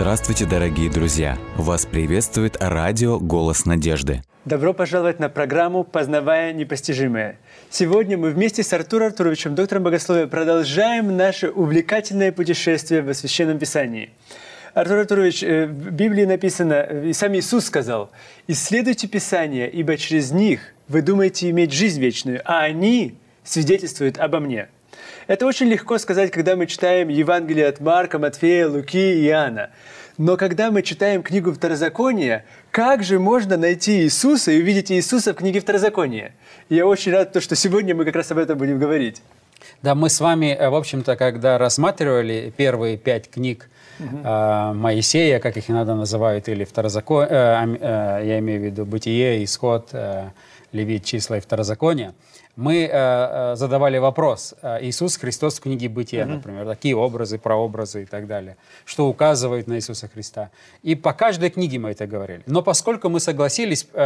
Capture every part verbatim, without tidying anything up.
Здравствуйте, дорогие друзья! Вас приветствует радио «Голос надежды». Добро пожаловать на программу «Познавая непостижимое». Сегодня мы вместе с Артуром Артуровичем, доктором богословия, продолжаем наше увлекательное путешествие во Священном Писании. Артур Артурович, в Библии написано, и сам Иисус сказал: «Исследуйте Писания, ибо через них вы думаете иметь жизнь вечную, а они свидетельствуют обо мне». Это очень легко сказать, когда мы читаем Евангелие от Марка, Матфея, Луки и Иоанна. Но когда мы читаем книгу Второзакония, как же можно найти Иисуса и увидеть Иисуса в книге Второзакония? И я очень рад, что сегодня мы как раз об этом будем говорить. Да, мы с вами, в общем-то, когда рассматривали первые пять книг угу. э, Моисея, как их иногда называют, или Второзакон, э, э, я имею в виду Бытие, Исход, э, Левит, Числа и Второзаконие, мы э, задавали вопрос: Иисус Христос в книге Бытия, mm-hmm. например, такие образы, прообразы и так далее, что указывают на Иисуса Христа. И по каждой книге мы это говорили. Но поскольку мы согласились э,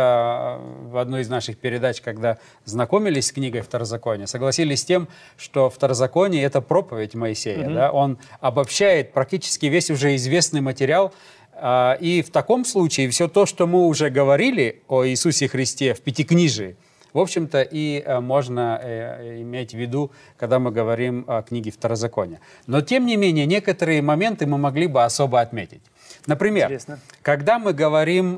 в одной из наших передач, когда знакомились с книгой Второзакония, согласились с тем, что Второзаконие — это проповедь Моисея. Mm-hmm. Да? Он обобщает практически весь уже известный материал. Э, и в таком случае все то, что мы уже говорили о Иисусе Христе в Пятикнижии, в общем-то, и э, можно э, иметь в виду, когда мы говорим о книге Второзакония. Но, тем не менее, некоторые моменты мы могли бы особо отметить. Например, Интересно. когда мы говорим э,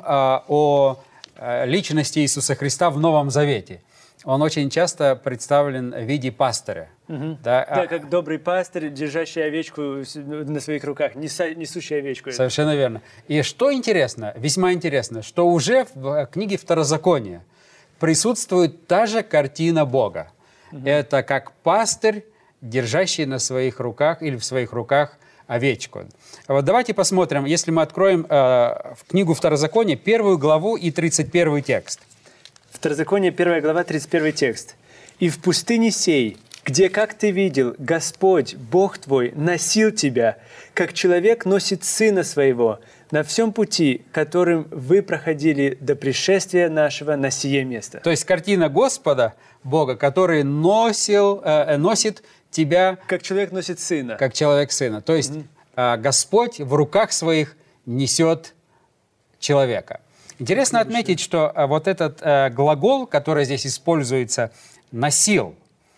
о э, личности Иисуса Христа в Новом Завете, он очень часто представлен в виде пастыря. Угу. Да, да, как добрый пастырь, держащий овечку на своих руках, несущий овечку. Совершенно верно. И что интересно, весьма интересно, что уже в книге Второзакония присутствует та же картина Бога. Угу. Это как пастырь, держащий на своих руках или в своих руках овечку. Вот давайте посмотрим, если мы откроем э, в книгу Второзакония первую главу и тридцать первый текст. Второзаконие, первая глава, тридцать первый текст. «И в пустыне сей, где, как ты видел, Господь, Бог твой, носил тебя, как человек носит сына своего, на всем пути, которым вы проходили до пришествия нашего на сие место». То есть картина Господа, Бога, который носил, э, носит тебя... Как человек носит сына. Как человек сына. То есть угу. э, Господь в руках своих несет человека. Интересно Отлично. отметить, что э, вот этот э, глагол, который здесь используется, «носил»,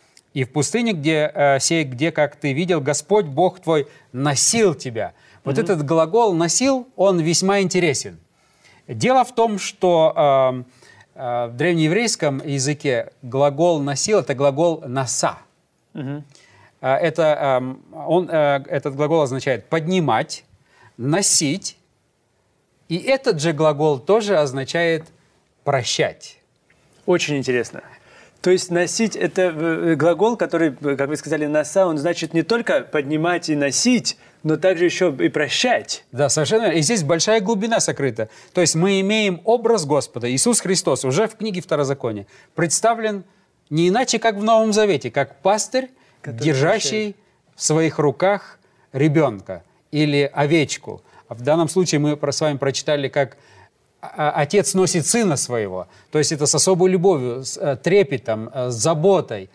и в пустыне, где, э, сей, где, как ты видел, Господь Бог твой носил тебя. Вот mm-hmm. этот глагол «носил», он весьма интересен. Дело в том, что э, э, в древнееврейском языке глагол «носил» — это глагол «носа». Mm-hmm. Э, это, э, он, э, этот глагол означает «поднимать», «носить», и этот же глагол тоже означает «прощать». Очень интересно. То есть носить – это глагол, который, как вы сказали, носа, он значит не только поднимать и носить, но также еще и прощать. Да, совершенно верно. И здесь большая глубина сокрыта. То есть мы имеем образ Господа. Иисус Христос уже в книге Второзакония представлен не иначе, как в Новом Завете, как пастырь, который держащий прощает в своих руках ребенка или овечку. В данном случае мы с вами прочитали, как отец носит сына своего. То есть это с особой любовью, с трепетом, с заботой.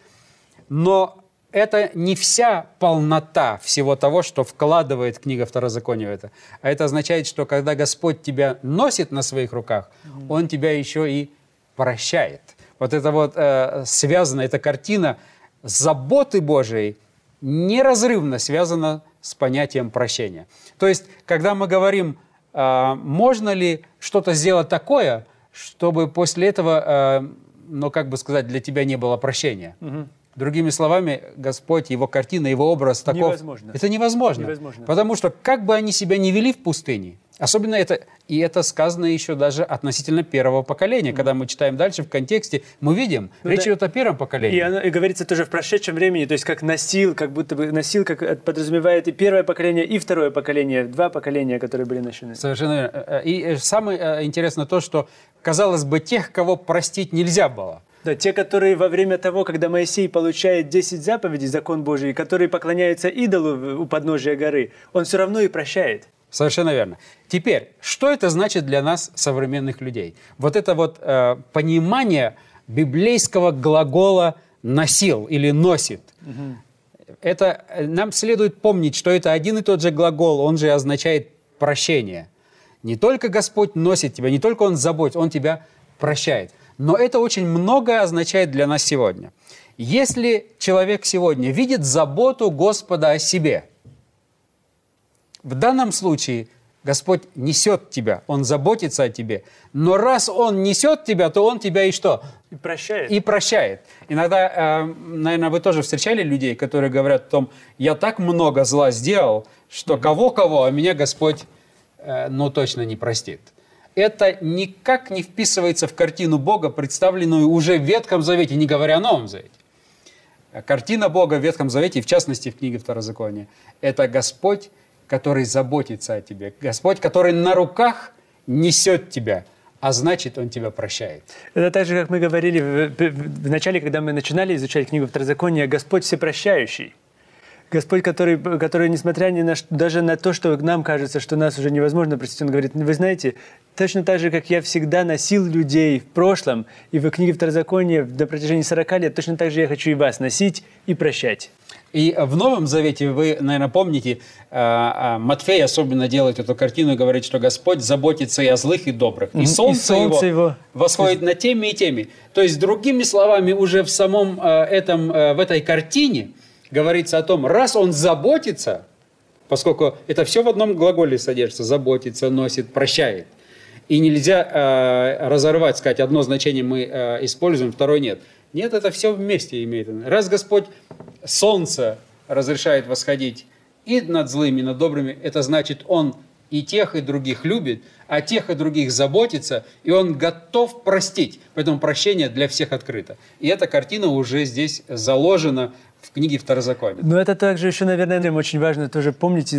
Но это не вся полнота всего того, что вкладывает книга Второзакония в это. А это означает, что когда Господь тебя носит на своих руках, mm-hmm. Он тебя еще и прощает. Вот это вот э, связано, эта картина заботы Божией неразрывно связана с понятием прощения. То есть, когда мы говорим, э, можно ли что-то сделать такое, чтобы после этого, э, ну, как бы сказать, для тебя не было прощения. Угу. Другими словами, Господь, Его картина, Его образ таков... Невозможно. Это невозможно. Невозможно. Потому что как бы они себя ни вели в пустыне, особенно это, и это сказано еще даже относительно первого поколения. Mm-hmm. Когда мы читаем дальше в контексте, мы видим, ну, речь да. идет о первом поколении. И, оно, и говорится тоже в прошедшем времени, то есть как носил, как будто бы носил, как подразумевает и первое поколение, и второе поколение, два поколения, которые были носены. Совершенно верно. И самое интересное то, что, казалось бы, тех, кого простить нельзя было. Да, те, которые во время того, когда Моисей получает десять заповедей, закон Божий, которые поклоняются идолу у подножия горы, он все равно и прощает. Совершенно верно. Теперь, что это значит для нас, современных людей? Вот это вот э, понимание библейского глагола «носил» или «носит». Угу. Это, нам следует помнить, что это один и тот же глагол, он же означает прощение. Не только Господь носит тебя, не только Он заботится, Он тебя прощает. Но это очень многое означает для нас сегодня. Если человек сегодня видит заботу Господа о себе, в данном случае Господь несет тебя, Он заботится о тебе. Но раз Он несет тебя, то Он тебя и что? И прощает. И прощает. Иногда, э, наверное, вы тоже встречали людей, которые говорят о том, я так много зла сделал, что кого-кого, а меня Господь, э, ну, точно не простит. Это никак не вписывается в картину Бога, представленную уже в Ветхом Завете, не говоря о Новом Завете. Картина Бога в Ветхом Завете, в частности в книге Второзакония, это Господь, который заботится о тебе. Господь, который на руках несет тебя, а значит, Он тебя прощает. Это так же, как мы говорили в, в, в начале, когда мы начинали изучать книгу Второзакония, Господь всепрощающий. Господь, который, который несмотря ни на, даже на то, что нам кажется, что нас уже невозможно простить, Он говорит, вы знаете, точно так же, как я всегда носил людей в прошлом, и в книге Второзакония на протяжении сорока лет, точно так же я хочу и вас носить и прощать. И в Новом Завете, вы, наверное, помните, Матфей особенно делает эту картину и говорит, что Господь заботится и о злых, и добрых. И солнце, и солнце его, его восходит над теми и теми. То есть, другими словами, уже в самом этом, в этой картине говорится о том, раз Он заботится, поскольку это все в одном глаголе содержится, заботится, носит, прощает. И нельзя э, разорвать, сказать, одно значение мы э, используем, второе нет. Нет, это все вместе имеет. Раз Господь солнце разрешает восходить и над злыми, и над добрыми, это значит, Он и тех, и других любит, а тех и других заботится, и Он готов простить. Поэтому прощение для всех открыто. И эта картина уже здесь заложена в книге Второзакония. Но это также еще, наверное, очень важно тоже помнить,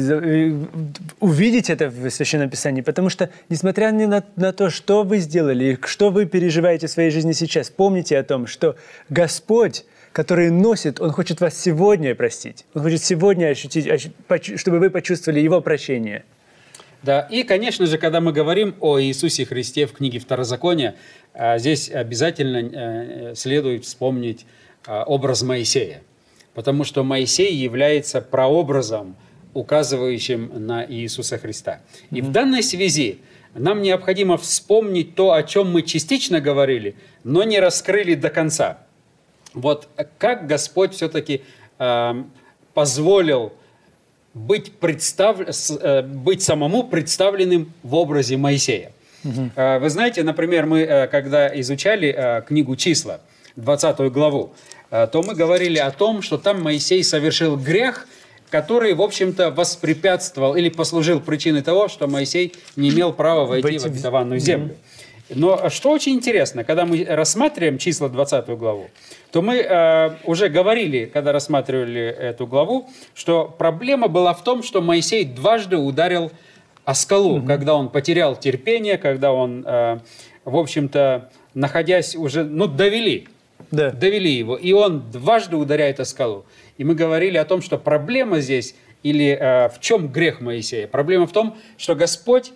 увидеть это в Священном Писании, потому что, несмотря на, на то, что вы сделали, что вы переживаете в своей жизни сейчас, помните о том, что Господь, который носит, Он хочет вас сегодня простить. Он хочет сегодня ощутить, чтобы вы почувствовали Его прощение. Да, и, конечно же, когда мы говорим о Иисусе Христе в книге Второзакония, здесь обязательно следует вспомнить образ Моисея. Потому что Моисей является прообразом, указывающим на Иисуса Христа. И mm-hmm. в данной связи нам необходимо вспомнить то, о чем мы частично говорили, но не раскрыли до конца. Вот как Господь все-таки э, позволил быть, представ... э, быть самому представленным в образе Моисея. Mm-hmm. Э, вы знаете, например, мы, э, когда изучали э, книгу «Числа», двадцатую главу, то мы говорили о том, что там Моисей совершил грех, который, в общем-то, воспрепятствовал или послужил причиной того, что Моисей не имел права войти в обетованную землю. Но что очень интересно, когда мы рассматриваем Числа двадцатую главу, то мы э, уже говорили, когда рассматривали эту главу, что проблема была в том, что Моисей дважды ударил о скалу, mm-hmm. когда он потерял терпение, когда он, э, в общем-то, находясь уже, ну, довели. Да. Довели его, и он дважды ударяет о скалу. И мы говорили о том, что проблема здесь, или э, в чем грех Моисея? Проблема в том, что Господь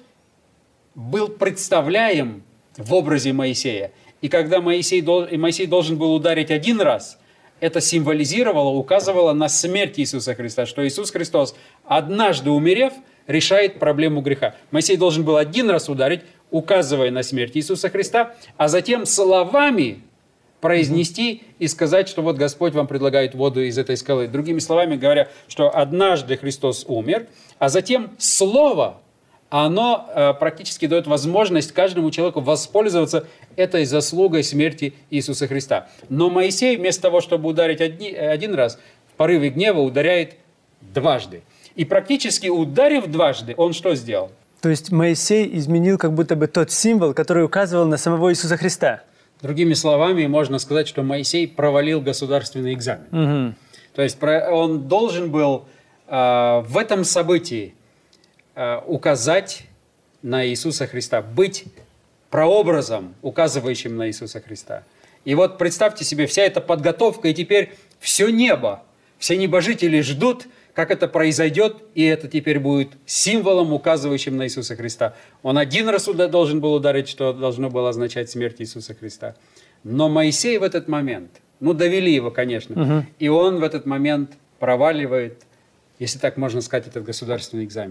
был представляем в образе Моисея. И когда Моисей, и Моисей должен был ударить один раз, это символизировало, указывало на смерть Иисуса Христа, что Иисус Христос, однажды умерев, решает проблему греха. Моисей должен был один раз ударить, указывая на смерть Иисуса Христа, а затем словами произнести и сказать, что вот Господь вам предлагает воду из этой скалы. Другими словами говоря, что однажды Христос умер, а затем Слово, оно э, практически дает возможность каждому человеку воспользоваться этой заслугой смерти Иисуса Христа. Но Моисей вместо того, чтобы ударить одни, один раз, в порыве гнева ударяет дважды. И практически ударив дважды, он что сделал? То есть Моисей изменил как будто бы тот символ, который указывал на самого Иисуса Христа. Другими словами, можно сказать, что Моисей провалил государственный экзамен. Угу. То есть он должен был э, в этом событии э, указать на Иисуса Христа, быть прообразом, указывающим на Иисуса Христа. И вот представьте себе, вся эта подготовка, и теперь все небо, все небожители ждут, как это произойдет, и это теперь будет символом, указывающим на Иисуса Христа. Он один раз должен был ударить, что должно было означать смерть Иисуса Христа. Но Моисей в этот момент, ну, довели его, конечно, угу. и он в этот момент проваливает, если так можно сказать, этот государственный экзамен.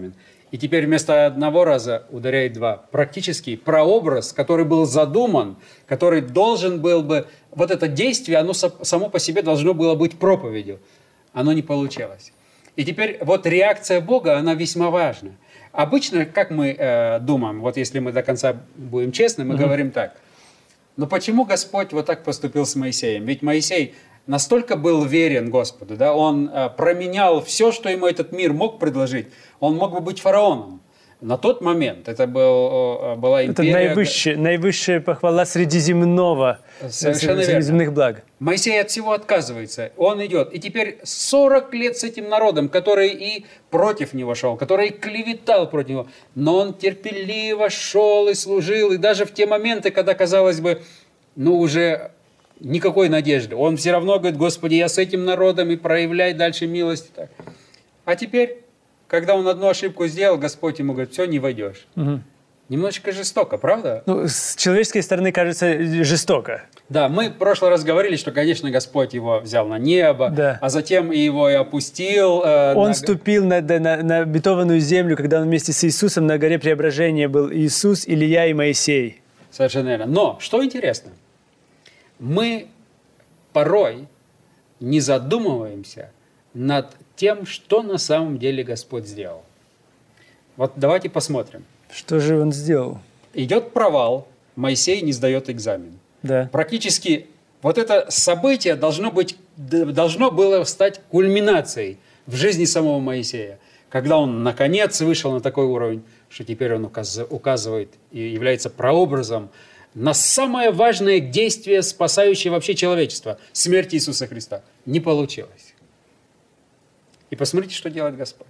И теперь вместо одного раза ударяет два. Практически прообраз, который был задуман, который должен был бы... Вот это действие, оно само по себе должно было быть проповедью. Оно не получалось. И теперь вот реакция Бога, она весьма важна. Обычно, как мы э, думаем, вот если мы до конца будем честны, мы угу. говорим так. Но почему Господь вот так поступил с Моисеем? Ведь Моисей настолько был верен Господу, да, он э, променял все, что ему этот мир мог предложить. Он мог бы быть фараоном. На тот момент это был, была империя... Это наивысшая, наивысшая похвала средиземного, средиземных благ. Моисей от всего отказывается, он идет. И теперь сорок лет с этим народом, который и против него шел, который и клеветал против него, но он терпеливо шел и служил, и даже в те моменты, когда, казалось бы, ну уже никакой надежды, он все равно говорит: Господи, я с этим народом, и проявляй дальше милость. А теперь... Когда он одну ошибку сделал, Господь ему говорит: все, не войдешь. Угу. Немножечко жестоко, правда? Ну, с человеческой стороны кажется жестоко. Да, мы в прошлый раз говорили, что, конечно, Господь его взял на небо, да. а затем его и опустил. Э, он на... ступил на, на, на обетованную землю, когда он вместе с Иисусом на горе Преображения был. Иисус, Илья и Моисей. Совершенно верно. Но, что интересно, мы порой не задумываемся над тем, что на самом деле Господь сделал. Вот давайте посмотрим. Что же он сделал? Идет провал, Моисей не сдает экзамен. Да. Практически вот это событие должно быть, должно было стать кульминацией в жизни самого Моисея, когда он наконец вышел на такой уровень, что теперь он указывает и является прообразом на самое важное действие, спасающее вообще человечество – смерть Иисуса Христа. Не получилось. И посмотрите, что делает Господь.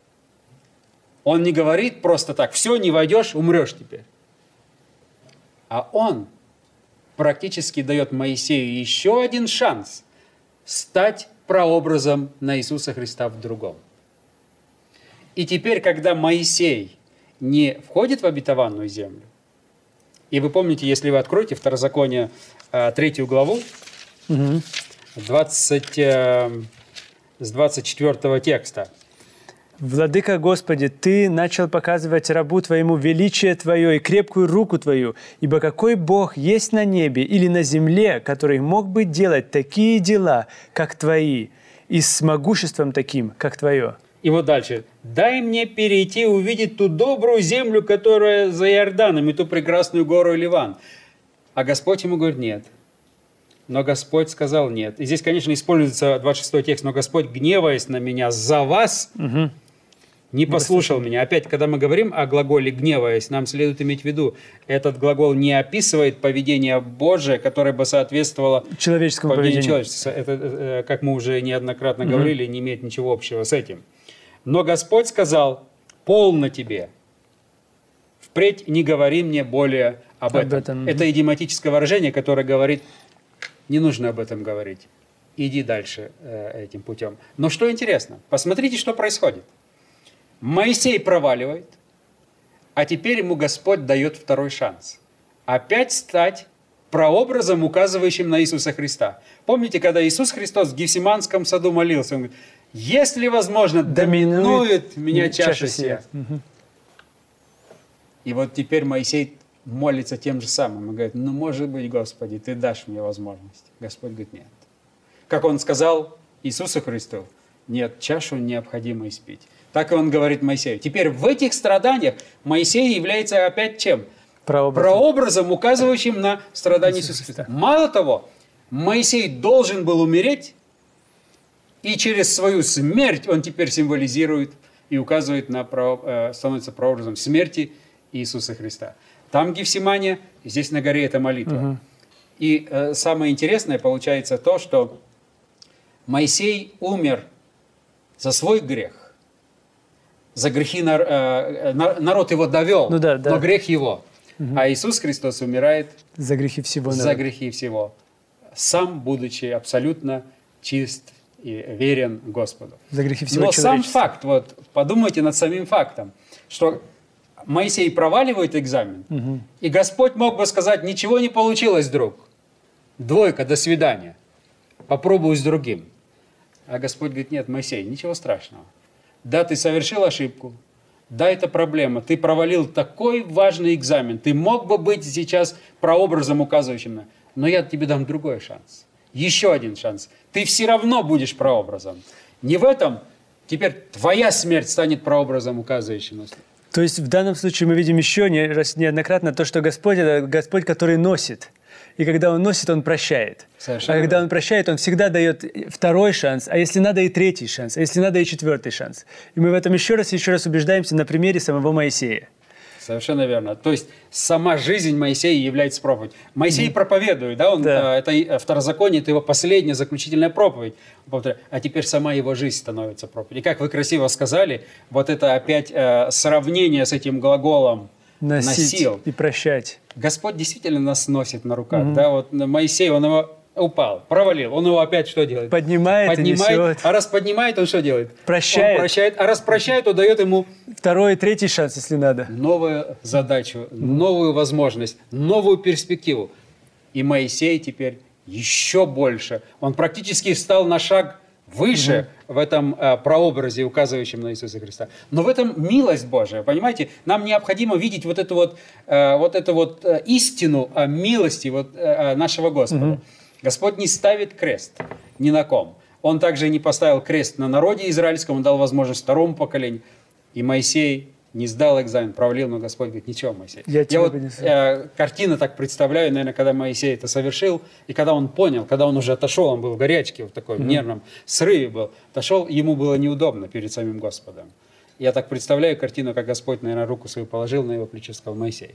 Он не говорит просто так: все, не войдешь, умрешь теперь. А Он практически дает Моисею еще один шанс стать прообразом на Иисуса Христа в другом. И теперь, когда Моисей не входит в обетованную землю, и вы помните, если вы откроете Второзаконие, третью главу, угу. двадцать... с двадцать четвёртого текста. «Владыка Господи, Ты начал показывать рабу Твоему величие Твое и крепкую руку Твою, ибо какой Бог есть на небе или на земле, который мог бы делать такие дела, как Твои, и с могуществом таким, как Твое». И вот дальше. «Дай мне перейти увидеть ту добрую землю, которая за Иорданом, и ту прекрасную гору Ливан». А Господь ему говорит: нет. Но Господь сказал нет. И здесь, конечно, используется двадцать шестой текст. «Но Господь, гневаясь на меня за вас, угу. не послушал не меня». Опять, когда мы говорим о глаголе «гневаясь», нам следует иметь в виду, этот глагол не описывает поведение Божие, которое бы соответствовало человеческому поведению. Человеческому. Это, как мы уже неоднократно угу. говорили, не имеет ничего общего с этим. «Но Господь сказал: полно тебе. Впредь не говори мне более об, об этом». этом. Это идиоматическое выражение, которое говорит: не нужно об этом говорить. Иди дальше э, этим путем. Но что интересно, посмотрите, что происходит. Моисей проваливает, а теперь ему Господь дает второй шанс. Опять стать прообразом, указывающим на Иисуса Христа. Помните, когда Иисус Христос в Гефсиманском саду молился, он говорит: если возможно, доминует меня чаша сия. Угу. И вот теперь Моисей молится тем же самым. И говорит: ну, может быть, Господи, Ты дашь мне возможность. Господь говорит: нет. Как Он сказал Иисусу Христу: нет, чашу необходимо испить. Так и Он говорит Моисею. Теперь в этих страданиях Моисей является опять чем? Прообразом, Прообразом указывающим на страдания Иисуса Христа. Мало того, Моисей должен был умереть, и через свою смерть он теперь символизирует и указывает на, становится прообразом смерти Иисуса Христа. Там Гефсимания, здесь на горе это молитва. Угу. И э, самое интересное получается то, что Моисей умер за свой грех. За грехи нар, э, народ его довел, ну, да, да. но грех его. Угу. А Иисус Христос умирает за грехи всего. За народа. грехи всего. Сам, будучи абсолютно чист и верен Господу. За грехи всего Но сам факт, вот подумайте над самим фактом, что Моисей проваливает экзамен, угу. и Господь мог бы сказать: ничего не получилось, друг. Двойка, до свидания. Попробую с другим. А Господь говорит: нет, Моисей, ничего страшного. Да, ты совершил ошибку. Да, это проблема. Ты провалил такой важный экзамен. Ты мог бы быть сейчас прообразом, указывающим на... Но я тебе дам другой шанс. Еще один шанс. Ты все равно будешь прообразом. Не в этом. Теперь твоя смерть станет прообразом, указывающим на... То есть в данном случае мы видим еще не, раз, неоднократно то, что Господь – это Господь, который носит. И когда Он носит, Он прощает. Совершенно а когда верно. Он прощает, Он всегда дает второй шанс, а если надо и третий шанс, а если надо и четвертый шанс. И мы в этом еще раз и еще раз убеждаемся на примере самого Моисея. Совершенно верно. То есть сама жизнь Моисея является проповедь. Моисей mm. проповедует, да, он, да. Э, это второзаконие, это его последняя заключительная проповедь. А теперь сама его жизнь становится проповедью. И как вы красиво сказали, вот это опять э, сравнение с этим глаголом «носить» «носил». И «прощать». Господь действительно нас носит на руках. Mm. Да, вот Моисей, он его упал, провалил. Он его опять что делает? Поднимает, Поднимает и несет. А раз поднимает, он что делает? Прощает. Он прощает. А раз прощает, он дает ему второй и третий шанс, если надо. новую задачу, новую возможность, новую перспективу. И Моисей теперь еще больше. Он практически встал на шаг выше угу. в этом э, прообразе, указывающем на Иисуса Христа. Но в этом милость Божия, понимаете? Нам необходимо видеть вот эту вот, э, вот, эту вот э, истину о милости вот, э, нашего Господа. Угу. Господь не ставит крест ни на ком. Он также не поставил крест на народе израильском, он дал возможность второму поколению. И Моисей не сдал экзамен, провалил, но Господь говорит: ничего, Моисей. Я, Я вот э, картину так представляю, наверное, когда Моисей это совершил, и когда он понял, когда он уже отошел, он был в горячке, в такой mm-hmm. нервном срыве был, отошел, ему было неудобно перед самим Господом. Я так представляю картину, как Господь, наверное, руку свою положил на его плечо и сказал: Моисей,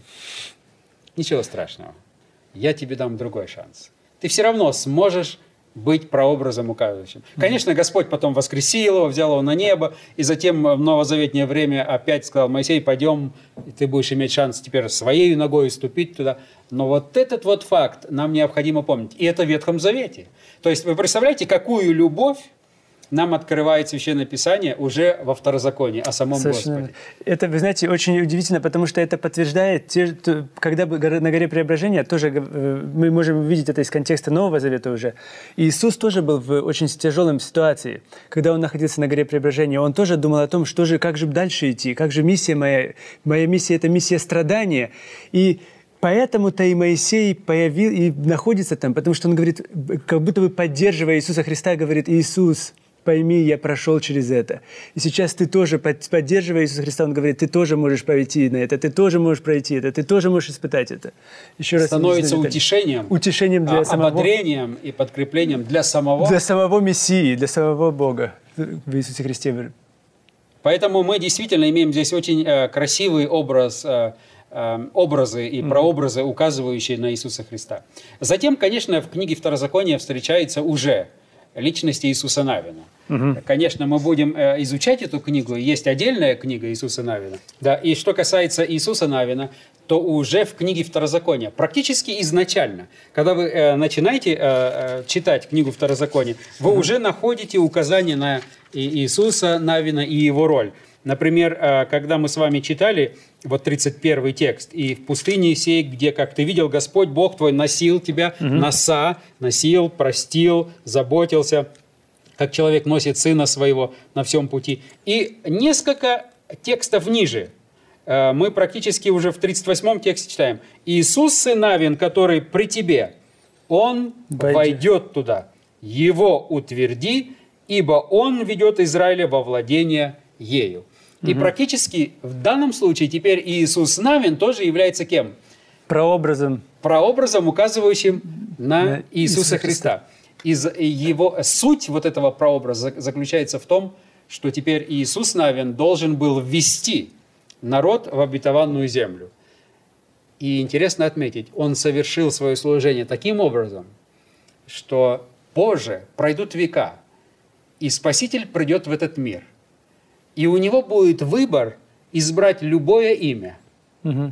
ничего страшного, я тебе дам другой шанс. Ты все равно сможешь быть прообразом указывающим. Конечно, Господь потом воскресил его, взял его на небо, и затем в новозаветнее время опять сказал: Моисей, пойдем, и ты будешь иметь шанс теперь своей ногой ступить туда. Но вот этот вот факт нам необходимо помнить. И это в Ветхом Завете. То есть вы представляете, какую любовь нам открывает Священное Писание уже во Второзаконии, о самом Совершенно. Господе. Это, вы знаете, очень удивительно, потому что это подтверждает, те, когда на горе Преображения, тоже мы можем увидеть это из контекста Нового Завета уже. Иисус тоже был в очень тяжелой ситуации. Когда Он находился на горе Преображения, Он тоже думал о том, что же, как же дальше идти, как же миссия моя. Моя миссия – это миссия страдания. И поэтому-то и Моисей появил, и находится там, потому что он говорит, как будто бы поддерживая Иисуса Христа, говорит: Иисус, пойми, я прошел через это. И сейчас ты тоже, поддерживая Иисуса Христа, Он говорит: ты тоже можешь пойти на это, ты тоже можешь пройти это, ты тоже можешь испытать это. Еще раз становится утешением, утешением для а, самого, ободрением и подкреплением для самого, для самого Мессии, для самого Бога в Иисусе Христе. Поэтому мы действительно имеем здесь очень э, красивый образ, э, э, образы и mm-hmm. прообразы, указывающие на Иисуса Христа. Затем, конечно, в книге Второзакония встречается уже личность Иисуса Навина. Угу. Конечно, мы будем э, изучать эту книгу. Есть отдельная книга Иисуса Навина. Да, и что касается Иисуса Навина, то уже в книге Второзакония, практически изначально, когда вы э, начинаете э, э, читать книгу Второзакония, вы угу. уже находите указания на Иисуса Навина и его роль. Например, э, когда мы с вами читали вот тридцать первый текст: «И в пустыне сей, где, как ты видел, Господь Бог твой носил тебя, угу. носа, носил, простил, заботился, как человек носит сына своего на всем пути». И несколько текстов ниже э, мы практически уже в тридцать восьмом тексте читаем: «Иисус, сын Навин, который при тебе, он Войди. войдет туда, его утверди, ибо он ведет Израиля во владение ею». И угу. практически в данном случае теперь Иисус Навин тоже является кем? Прообразом. Прообразом, указывающим на, на Иисуса, Иисуса Христа. Христа. И его, суть вот этого прообраза заключается в том, что теперь Иисус Навин должен был ввести народ в обетованную землю. И интересно отметить, он совершил свое служение таким образом, что позже пройдут века, и Спаситель придет в этот мир. И у него будет выбор избрать любое имя, угу.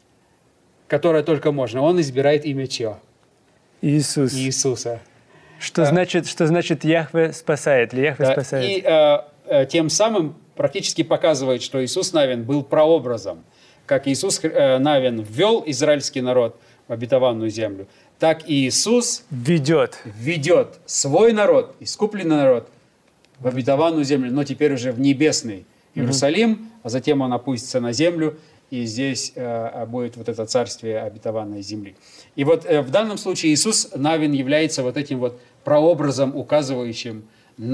которое только можно. Он избирает имя чье? Иисус. Иисуса. Что, а, значит, что значит Яхве спасает? Или Яхве да, спасает? И а, а, тем самым практически показывает, что Иисус Навин был прообразом. Как Иисус а, Навин ввел израильский народ в обетованную землю, так и Иисус ведет, ведет свой народ, искупленный народ, в обетованную землю, но теперь уже в небесный Иерусалим, а затем он опустится на землю, и здесь э, будет вот это царствие обетованной земли. И вот э, в данном случае Иисус Навин является вот этим вот прообразом, указывающим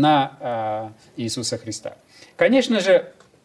на э, Иисуса Христа. Конечно же,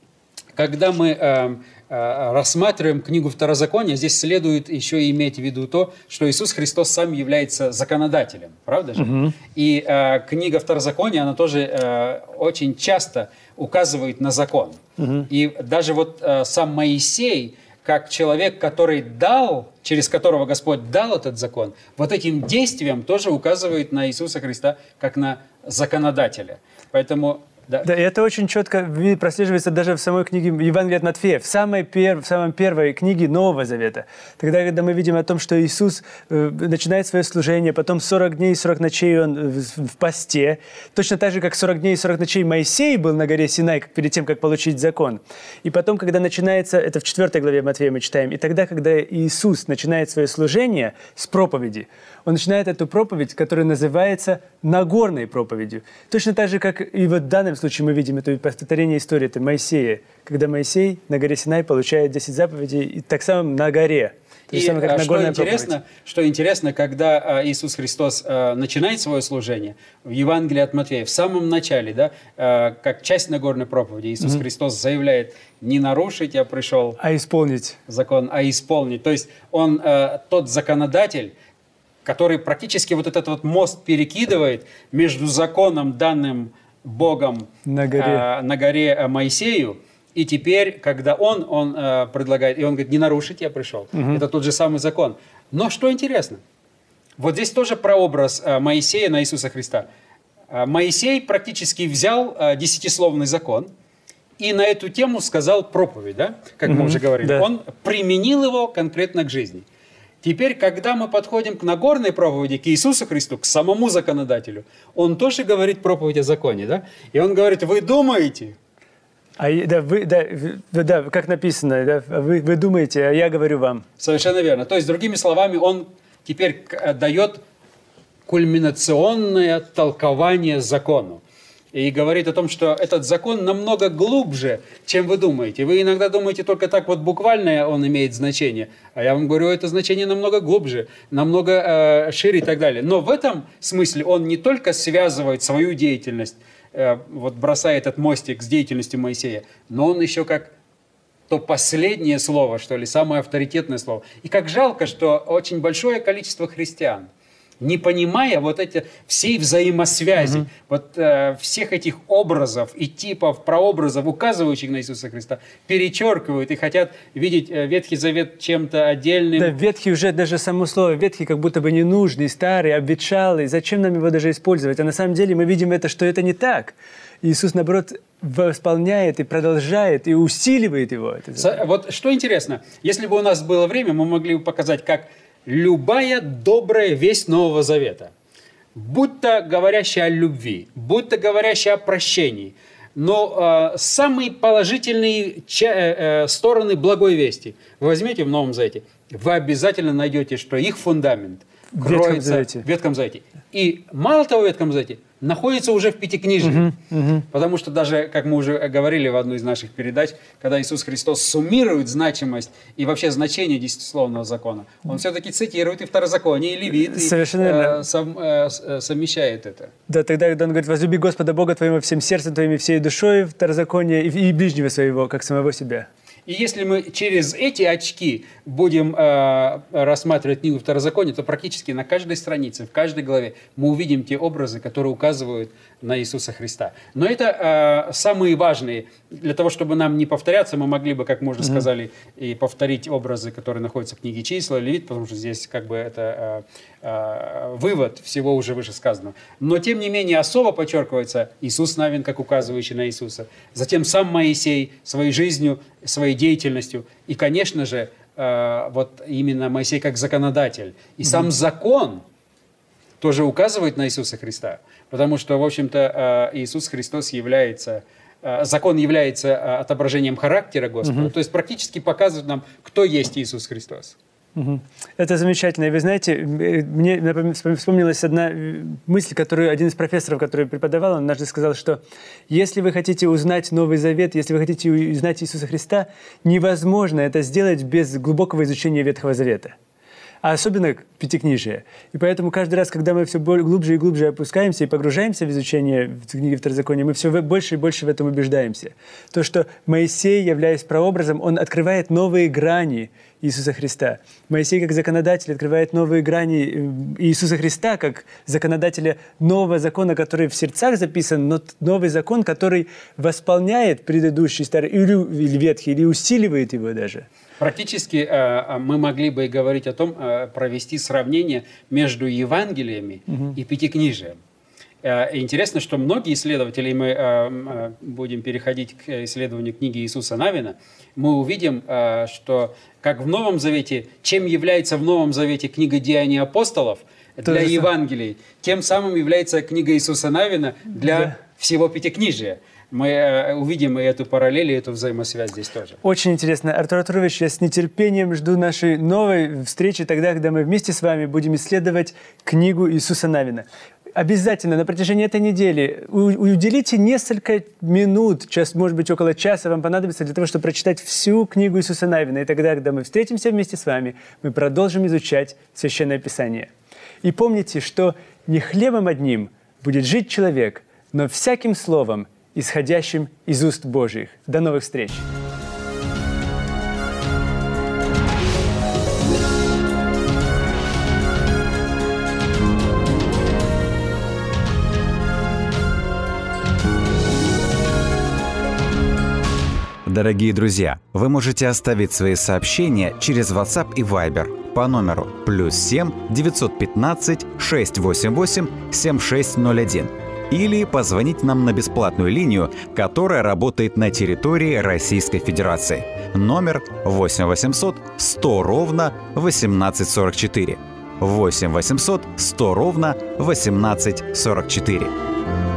когда мы э, э, рассматриваем книгу Второзакония, здесь следует еще иметь в виду то, что Иисус Христос сам является законодателем, правда же? Угу. И э, книга Второзакония, она тоже э, очень часто указывает на закон. Угу. И даже вот э, сам Моисей, как человек, который дал, через которого Господь дал этот закон, вот этим действием тоже указывает на Иисуса Христа как на законодателя. Поэтому... Да. Да, и это очень четко прослеживается даже в самой книге Евангелия от Матфея, в самой, пер, в самой первой книге Нового Завета. Тогда, когда мы видим о том, что Иисус э, начинает свое служение, потом сорок дней и сорок ночей он в, в посте, точно так же, как сорок дней и сорок ночей Моисей был на горе Синай перед тем, как получить закон. И потом, когда начинается, это в четвёртой главе Матфея мы читаем, и тогда, когда Иисус начинает свое служение с проповеди, он начинает эту проповедь, которая называется Нагорной проповедью. Точно так же, как и вот в данном случае мы видим это повторение истории, это Моисея, когда Моисей на горе Синай получает десять заповедей, и так само на горе. И самое, как что, интересно, что интересно, когда а, Иисус Христос а, начинает свое служение, в Евангелии от Матфея, в самом начале, да, а, как часть Нагорной проповеди, Иисус mm-hmm. Христос заявляет: не нарушить я пришел, а исполнить закон, а исполнить. То есть он а, тот законодатель, который практически вот этот вот мост перекидывает между законом, данным Богом на горе, а, на горе Моисею, и теперь, когда он, он а, предлагает, и он говорит: не нарушить я пришел. Угу. Это тот же самый закон. Но что интересно, вот здесь тоже прообраз а, Моисея на Иисуса Христа. А, Моисей практически взял а, десятисловный закон и на эту тему сказал проповедь, да? Как угу. мы уже говорили. Да. Он применил его конкретно к жизни. Теперь, когда мы подходим к Нагорной проповеди, к Иисусу Христу, к самому законодателю, он тоже говорит проповедь о законе, да? И он говорит: вы думаете? А, да, вы, да, да, как написано, да, вы, вы думаете, а я говорю вам. Совершенно верно. То есть, другими словами, он теперь дает кульминационное толкование закону. И говорит о том, что этот закон намного глубже, чем вы думаете. Вы иногда думаете только так вот буквально он имеет значение. А я вам говорю, это значение намного глубже, намного э, шире и так далее. Но в этом смысле он не только связывает свою деятельность, э, вот бросая этот мостик с деятельностью Моисея, но он еще как то последнее слово, что ли, самое авторитетное слово. И как жалко, что очень большое количество христиан, не понимая вот эти всей взаимосвязи, mm-hmm. вот э, всех этих образов и типов, прообразов, указывающих на Иисуса Христа, перечеркивают и хотят видеть э, Ветхий Завет чем-то отдельным. Да, Ветхий уже, даже само слово Ветхий как будто бы ненужный, старый, обветшалый. Зачем нам его даже использовать? А на самом деле мы видим это, что это не так. Иисус, наоборот, восполняет и продолжает, и усиливает его. Вот что интересно, если бы у нас было время, мы могли бы показать, как любая добрая весть Нового Завета, будь то говорящая о любви, будь то говорящая о прощении, но э, самые положительные ча- э, стороны благой вести вы возьмете в Новом Завете, вы обязательно найдете, что их фундамент в кроется в Ветхом Завете. И мало того, в Ветхом Завете находится уже в Пятикнижии. Угу, угу. Потому что даже, как мы уже говорили в одной из наших передач, когда Иисус Христос суммирует значимость и вообще значение десятисловного закона, Он все-таки цитирует и Второзаконие, и Левит, и э, сом, э, совмещает это. Да, тогда, когда Он говорит: возлюби Господа Бога твоего всем сердцем твоим и всей душой, Второзаконие, и, и ближнего своего, как самого себя. И если мы через эти очки будем э, рассматривать книгу Второзакония, то практически на каждой странице, в каждой главе мы увидим те образы, которые указывают на Иисуса Христа. Но это э, самые важные. Для того, чтобы нам не повторяться, мы могли бы, как мы уже mm-hmm. сказали, и повторить образы, которые находятся в книге Числа, Левит, потому что здесь как бы это э, э, вывод всего уже вышесказанного. Но, тем не менее, особо подчеркивается Иисус Навин, как указывающий на Иисуса. Затем сам Моисей своей жизнью, своей деятельностью. И, конечно же, э, вот именно Моисей как законодатель. И mm-hmm. сам закон тоже указывает на Иисуса Христа. Потому что, в общем-то, э, Иисус Христос является... Э, закон является э, отображением характера Господа. Mm-hmm. То есть практически показывает нам, кто есть Иисус Христос. Угу. Это замечательно. И вы знаете, мне вспомнилась одна мысль, которую один из профессоров, который преподавал, он однажды сказал, что если вы хотите узнать Новый Завет, если вы хотите узнать Иисуса Христа, невозможно это сделать без глубокого изучения Ветхого Завета. А особенно Пятикнижия. И поэтому каждый раз, когда мы все глубже и глубже опускаемся и погружаемся в изучение книги Второзакония, мы все больше и больше в этом убеждаемся. То, что Моисей, являясь прообразом, он открывает новые грани Иисуса Христа. Моисей, как законодатель, открывает новые грани Иисуса Христа, как законодателя нового закона, который в сердцах записан, но новый закон, который восполняет предыдущий старый или, или ветхий, или усиливает его даже. Практически мы могли бы говорить о том, провести сравнение между Евангелиями угу. и Пятикнижием. Интересно, что многие исследователи, мы будем переходить к исследованию книги Иисуса Навина, мы увидим, что как в Новом Завете, чем является в Новом Завете книга Деяний апостолов для Евангелий, тем самым является книга Иисуса Навина для да. всего Пятикнижия. Мы увидим и эту параллель, и эту взаимосвязь здесь тоже. Очень интересно. Артур Артурович, я с нетерпением жду нашей новой встречи тогда, когда мы вместе с вами будем исследовать книгу Иисуса Навина. Обязательно на протяжении этой недели уделите несколько минут, час, может быть, около часа вам понадобится для того, чтобы прочитать всю книгу Иисуса Навина. И тогда, когда мы встретимся вместе с вами, мы продолжим изучать Священное Писание. И помните, что не хлебом одним будет жить человек, но всяким словом, исходящим из уст Божьих. До новых встреч! Дорогие друзья, вы можете оставить свои сообщения через WhatsApp и Viber по номеру плюс семь девятьсот пятнадцать шестьсот восемьдесят восемь семьдесят шесть ноль один или позвонить нам на бесплатную линию, которая работает на территории Российской Федерации. Номер восемь восемьсот сто ровно восемнадцать сорок четыре. восемь восемьсот сто ровно восемнадцать сорок четыре.